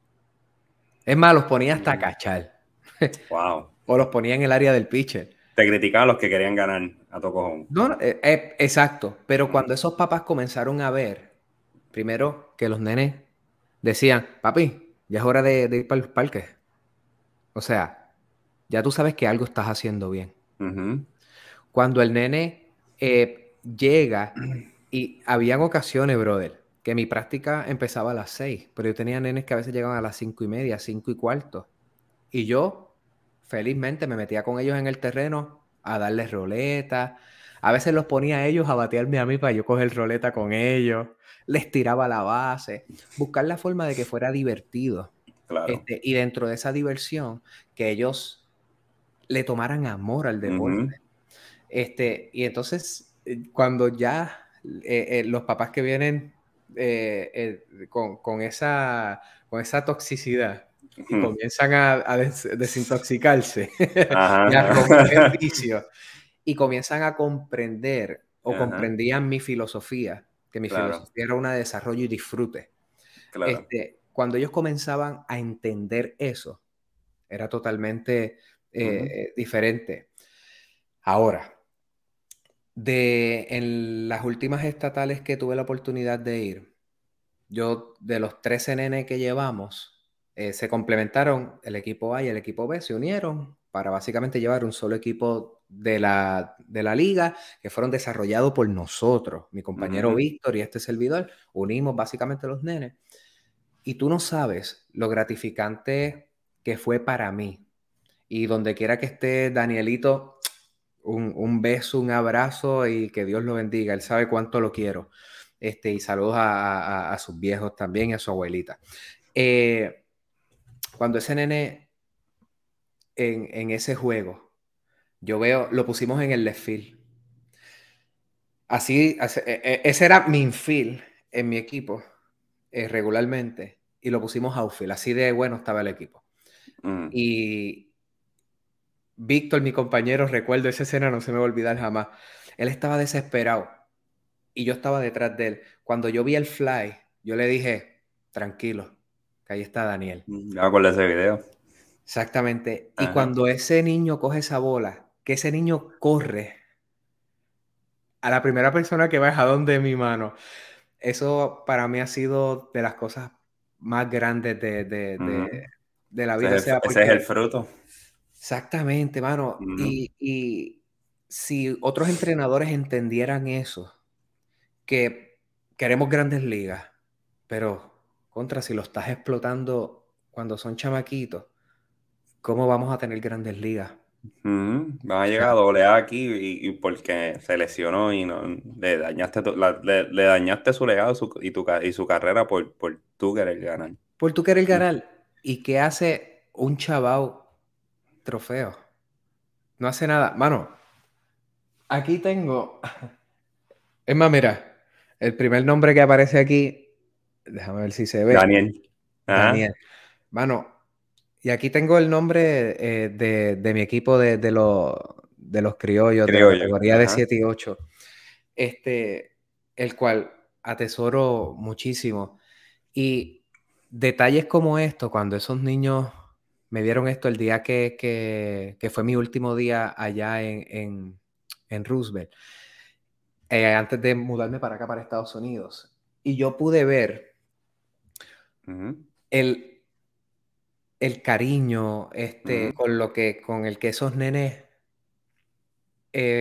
Es más, los ponía hasta a cachar Wow. o los ponía en el área del pitcher. Te criticaban los que querían ganar a tu cojón. No, no, eh, eh, exacto, pero Mm. cuando esos papás comenzaron a ver, primero que los nenes decían, papi, ya es hora de, de ir para los parques. O sea, ya tú sabes que algo estás haciendo bien. Ujú. Cuando el nene eh, llega, y habían ocasiones, brother, que mi práctica empezaba a las seis, pero yo tenía nenes que a veces llegaban a las cinco y media, cinco y cuarto. Y yo, felizmente, me metía con ellos en el terreno a darles roleta. A veces los ponía a ellos a batearme a mí para yo coger roleta con ellos. Les tiraba la base. Buscar la forma de que fuera divertido. Claro. Este, y dentro de esa diversión, que ellos le tomaran amor al deporte. Ujú. Este, y entonces, eh, cuando ya eh, eh, los papás que vienen eh, eh, con, con esa, con esa toxicidad y Ujú. comienzan a, a des- desintoxicarse Ajá, y a romper ajá. vicios y comienzan a comprender o Ajá. comprendían mi filosofía, que mi Claro, filosofía era una de desarrollo y disfrute. claro. Este, cuando ellos comenzaban a entender eso, era totalmente eh, Ujú. eh, diferente. Ahora, de en las últimas estatales que tuve la oportunidad de ir, yo de los trece nenes que llevamos, eh, se complementaron el equipo A y el equipo B, se unieron para básicamente llevar un solo equipo de la, de la liga que fueron desarrollados por nosotros, mi compañero Ujú. Víctor y este servidor, unimos básicamente los nenes. Y tú no sabes lo gratificante que fue para mí. Y donde quiera que esté Danielito, un, un beso, un abrazo y que Dios lo bendiga. Él sabe cuánto lo quiero. Este, y saludos a, a- a sus viejos también y a su abuelita. Eh, cuando ese nene en, en ese juego, yo veo, lo pusimos en el left field. Así, así- e- e- ese era mi infield en mi equipo eh, regularmente. Y lo pusimos outfield. Así de bueno estaba el equipo. Mm. Y Víctor, mi compañero, recuerdo esa escena, no se me va a olvidar jamás. Él estaba desesperado y yo estaba detrás de él. Cuando yo vi el fly, yo le dije, tranquilo, que ahí está Daniel. Mm, ya me acuerdo de ese video. Exactamente. Y Ajá. cuando ese niño coge esa bola, que ese niño corre a la primera persona que va a donde mi mano, eso para mí ha sido de las cosas más grandes de, de, de, Ujú. de la Ese vida. O es el, sea, ese es el porque fruto. exactamente, mano. Ujú. Y, y si otros entrenadores entendieran eso, que queremos grandes ligas, pero contra, si lo estás explotando cuando son chamaquitos, ¿cómo vamos a tener grandes ligas? Ujú. Van a O llegar sea, a doble A aquí y, y porque se lesionó y no, le dañaste, tu- la- le, le dañaste su legado su- y, tu, ca- y su carrera por, por tú querer ganar. por tú querer Mm. ganar. ¿Y qué hace un chavao trofeo? No hace nada. Mano, aquí tengo. Es más, mira, el primer nombre que aparece aquí, déjame ver si se ve, Daniel. Ajá. Daniel. Mano, y aquí tengo el nombre eh, de, de mi equipo de, de, los, de los criollos de la Criollo. categoría de Ajá. siete y ocho, este, el cual atesoro muchísimo. Y detalles como esto, cuando esos niños me dieron esto el día que, que, que fue mi último día allá en, en, en Roosevelt, eh, antes de mudarme para acá, para Estados Unidos, y yo pude ver Ujú. el, el cariño este, Ujú. con, lo que, con el que esos nenes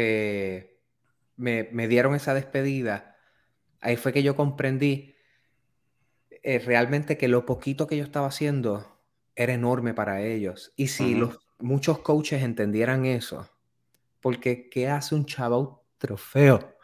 eh, me, me dieron esa despedida. Ahí fue que yo comprendí eh, realmente que lo poquito que yo estaba haciendo era enorme para ellos. Y si Ujú, los muchos coaches entendieran eso, porque ¿qué hace un chavo trofeo?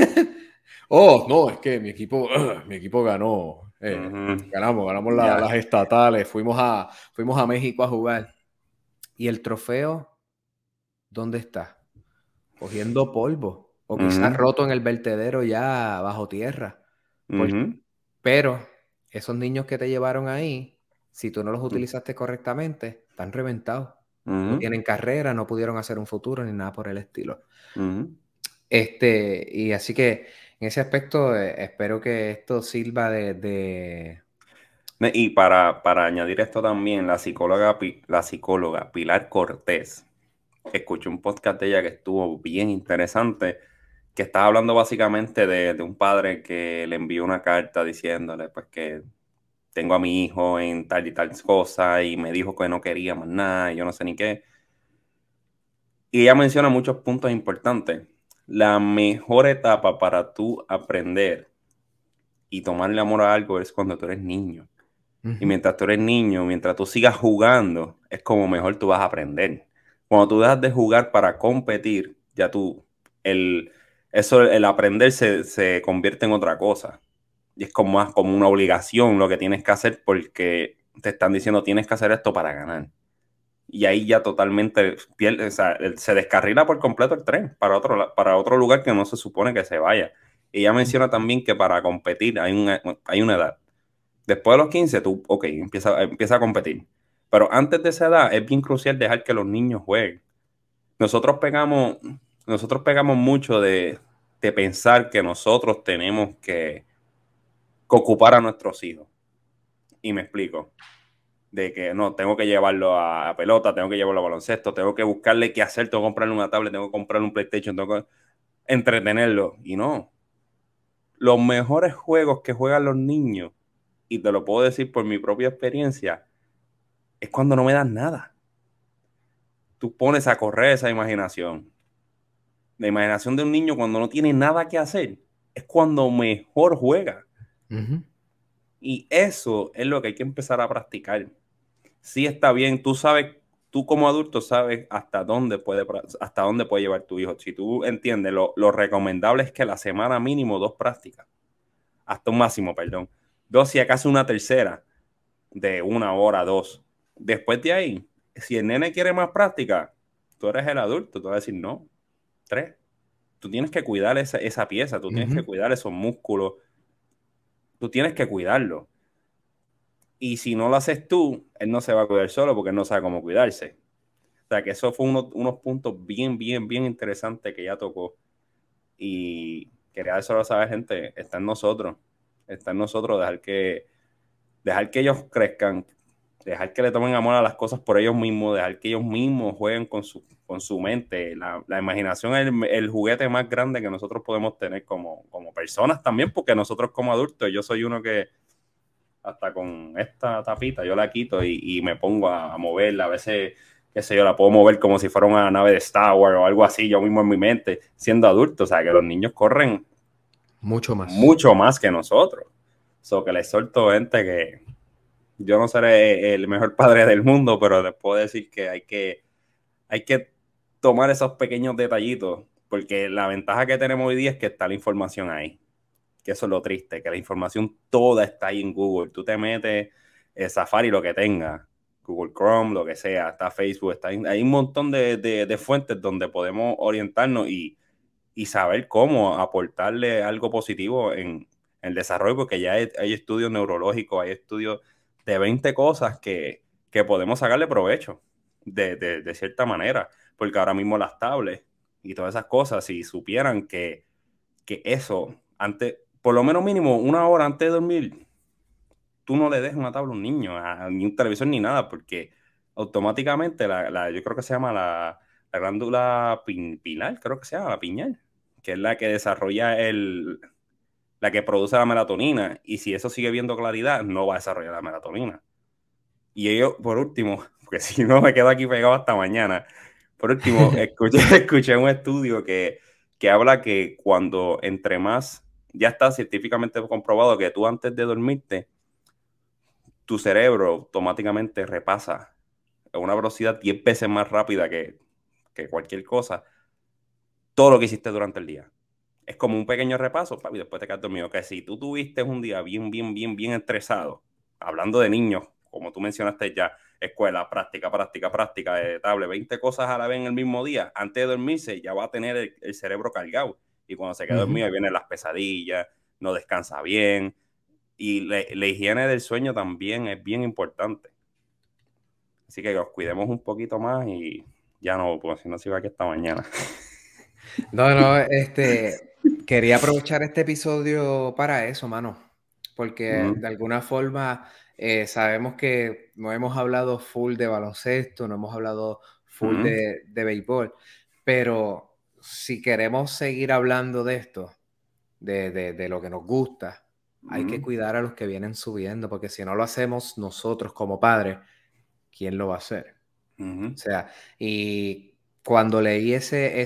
Oh, no, es que mi equipo, mi equipo ganó. eh, ujú. ganamos, ganamos la- Ya. las estatales, fuimos a, fuimos a México a jugar. ¿Y el trofeo dónde está? Cogiendo polvo o quizás Ujú, roto en el vertedero ya bajo tierra. Por- ujú, pero esos niños que te llevaron ahí, si tú no los utilizaste correctamente, están reventados. No ujú, tienen carrera, no pudieron hacer un futuro ni nada por el estilo. ujú. Este, y así que en ese aspecto eh, espero que esto sirva de, de- Ne- Y para, para añadir esto también, la psicóloga, Pi- la psicóloga Pilar Cortés, escuché un podcast de ella que estuvo bien interesante, que estaba hablando básicamente de, de un padre que le envió una carta diciéndole pues que tengo a mi hijo en tal y tal cosa y me dijo que no quería más nada y yo no sé ni qué. Y ella menciona muchos puntos importantes. La mejor etapa para tú aprender y tomarle amor a algo es cuando tú eres niño. Y Ujú, mientras tú eres niño, mientras tú sigas jugando, es como mejor tú vas a aprender. Cuando tú dejas de jugar para competir, ya tú, el, eso, el aprender se, se convierte en otra cosa. Y es como más como una obligación lo que tienes que hacer porque te están diciendo tienes que hacer esto para ganar. Y ahí ya totalmente pierde, o sea, el- se descarrila por completo el tren para otro, la- para otro lugar que no se supone que se vaya. Y ella menciona también que para competir hay una, hay una edad. Después de los quince tú, ok, empieza, empieza a competir. Pero antes de esa edad es bien crucial dejar que los niños jueguen. Nosotros pegamos, nosotros pegamos mucho de, de pensar que nosotros tenemos que, que ocupar a nuestros hijos. Y me explico. De que no, tengo que llevarlo a, a pelota, tengo que llevarlo a baloncesto, tengo que buscarle qué hacer, tengo que comprarle una tablet, tengo que comprarle un PlayStation, tengo que entretenerlo. Y no, los mejores juegos que juegan los niños, y te lo puedo decir por mi propia experiencia, es cuando no me das nada. Tú pones a correr esa imaginación. La imaginación de un niño cuando no tiene nada que hacer es cuando mejor juega. ujú, Y eso es lo que hay que empezar a practicar. Sí está bien, tú sabes, tú como adulto sabes hasta dónde puede, hasta dónde puede llevar tu hijo. Si tú entiendes, lo, lo recomendable es que la semana mínimo dos prácticas, hasta un máximo, perdón. Dos, si acaso una tercera de una hora, dos. Después de ahí, si el nene quiere más práctica, tú eres el adulto, tú vas a decir no, tres. Tú tienes que cuidar esa, esa pieza, tú tienes que ujú, cuidar esos músculos, tú tienes que cuidarlo. Y si no lo haces tú, él no se va a cuidar solo porque él no sabe cómo cuidarse. O sea, que eso fue uno, unos puntos bien, bien, bien interesantes que ella tocó. Y quería eso lo saber, gente, está en nosotros. Está en nosotros dejar que, dejar que ellos crezcan, dejar que le tomen amor a las cosas por ellos mismos, dejar que ellos mismos jueguen con su, con su mente. La, la imaginación es el, el juguete más grande que nosotros podemos tener como, como personas también, porque nosotros como adultos, yo soy uno que hasta con esta tapita yo la quito y, y me pongo a, a moverla. A veces, qué sé yo, la puedo mover como si fuera una nave de Star Wars o algo así, yo mismo en mi mente, siendo adulto. O sea, que los niños corren mucho más. mucho más que nosotros. So que les exhorto, gente, que yo no seré el mejor padre del mundo, pero les puedo decir que hay que, hay que tomar esos pequeños detallitos, porque la ventaja que tenemos hoy día es que está la información ahí, que eso es lo triste, que la información toda está ahí en Google. Tú te metes eh, Safari, lo que tenga, Google Chrome, lo que sea, está Facebook, está ahí. Hay un montón de, de, de fuentes donde podemos orientarnos y, y saber cómo aportarle algo positivo en, en el desarrollo, porque ya hay, hay estudios neurológicos, hay estudios de veinte cosas que, que podemos sacarle provecho de, de, de cierta manera, porque ahora mismo las tablets y todas esas cosas, si supieran que, que eso, antes, por lo menos mínimo una hora antes de dormir, tú no le dejes una tabla a un niño, a, ni un televisor ni nada, porque automáticamente la, la, yo creo que se llama la, la glándula pin, pineal, creo que se llama la pineal, que es la que desarrolla el, la que produce la melatonina, y si eso sigue viendo claridad, no va a desarrollar la melatonina. Y ellos, por último, porque si no me quedo aquí pegado hasta mañana, por último, escuché, escuché un estudio que, que habla que cuando entre más, ya está científicamente comprobado que tú antes de dormirte, tu cerebro automáticamente repasa a una velocidad diez veces más rápida que, que cualquier cosa todo lo que hiciste durante el día. Es como un pequeño repaso, papi, después te quedas dormido. Que si tú tuviste un día bien, bien, bien, bien estresado, hablando de niños, como tú mencionaste ya, escuela, práctica, práctica, práctica, de tablet, veinte cosas a la vez en el mismo día, antes de dormirse ya va a tener el, el cerebro cargado. Y cuando se queda Uh-huh. dormido vienen las pesadillas, no descansa bien. Y la, la higiene del sueño también es bien importante. Así que los cuidemos un poquito más y ya no, porque si no se iba aquí esta mañana. No, no, este, quería aprovechar este episodio para eso, mano, porque Mm, de alguna forma eh, sabemos que no hemos hablado full de baloncesto, no hemos hablado full mm, de, de béisbol, pero si queremos seguir hablando de esto, de, de, de lo que nos gusta, hay que mm. cuidar a los que vienen subiendo, porque si no lo hacemos nosotros como padres, ¿quién lo va a hacer? Uh-huh. O sea, y cuando leí ese,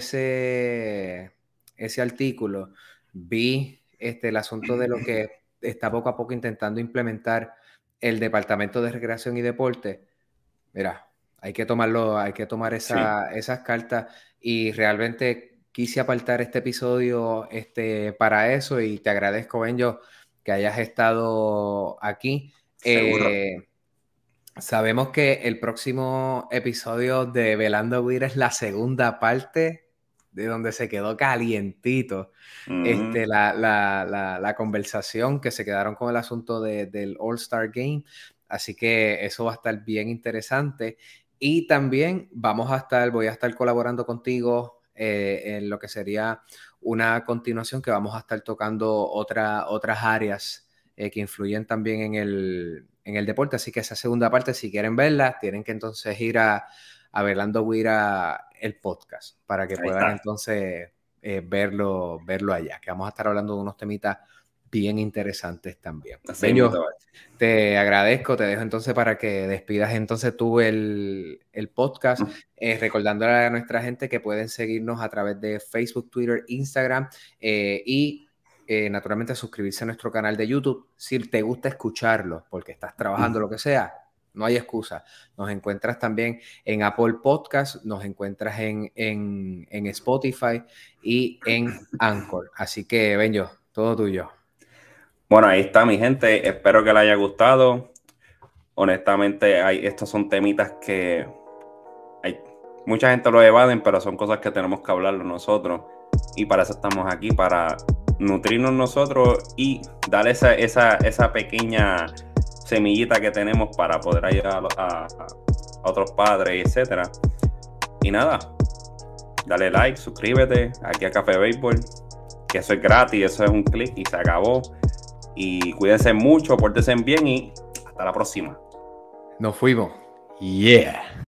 ese, ese artículo, vi este, el asunto de lo que está poco a poco intentando implementar el Departamento de Recreación y Deporte. Mira, hay que tomarlo, hay que tomar Sí, esa, esas cartas y realmente quise apartar este episodio este, para eso y te agradezco, Benjo, que hayas estado aquí. seguro. Eh, Sabemos que el próximo episodio de Velando Weir es la segunda parte de donde se quedó calientito Mm, este, la, la, la, la conversación, que se quedaron con el asunto de, del All-Star Game. Así que eso va a estar bien interesante. Y también vamos a estar, voy a estar colaborando contigo eh, en lo que sería una continuación que vamos a estar tocando otra, otras áreas eh, que influyen también en el, en el deporte. Así que esa segunda parte, si quieren verla, tienen que entonces ir a, a Velando Guira el podcast para que ahí puedan está. entonces eh, verlo, verlo allá, que vamos a estar hablando de unos temitas bien interesantes también. Así Benjo, mismo. te agradezco, te dejo entonces para que despidas entonces tú el, el podcast, eh, recordándole a nuestra gente que pueden seguirnos a través de Facebook, Twitter, Instagram eh, y eh, naturalmente suscribirse a nuestro canal de YouTube. Si te gusta escucharlo porque estás trabajando, lo que sea, no hay excusa. Nos encuentras también en Apple Podcast, nos encuentras en, en, en Spotify y en Anchor. Así que, Benjo, todo tuyo. Bueno, ahí está mi gente. Espero que les haya gustado. Honestamente, hay, estos son temitas que hay, mucha gente lo evaden, pero son cosas que tenemos que hablarlo nosotros. Y para eso estamos aquí, para nutrirnos nosotros y dar esa, esa, esa pequeña semillita que tenemos para poder ayudar a, a, a otros padres, etcétera. Y nada, dale like, suscríbete aquí a Café Béisbol, que eso es gratis, eso es un clic y se acabó. Y cuídense mucho, pórtense bien y hasta la próxima. Nos fuimos. Yeah.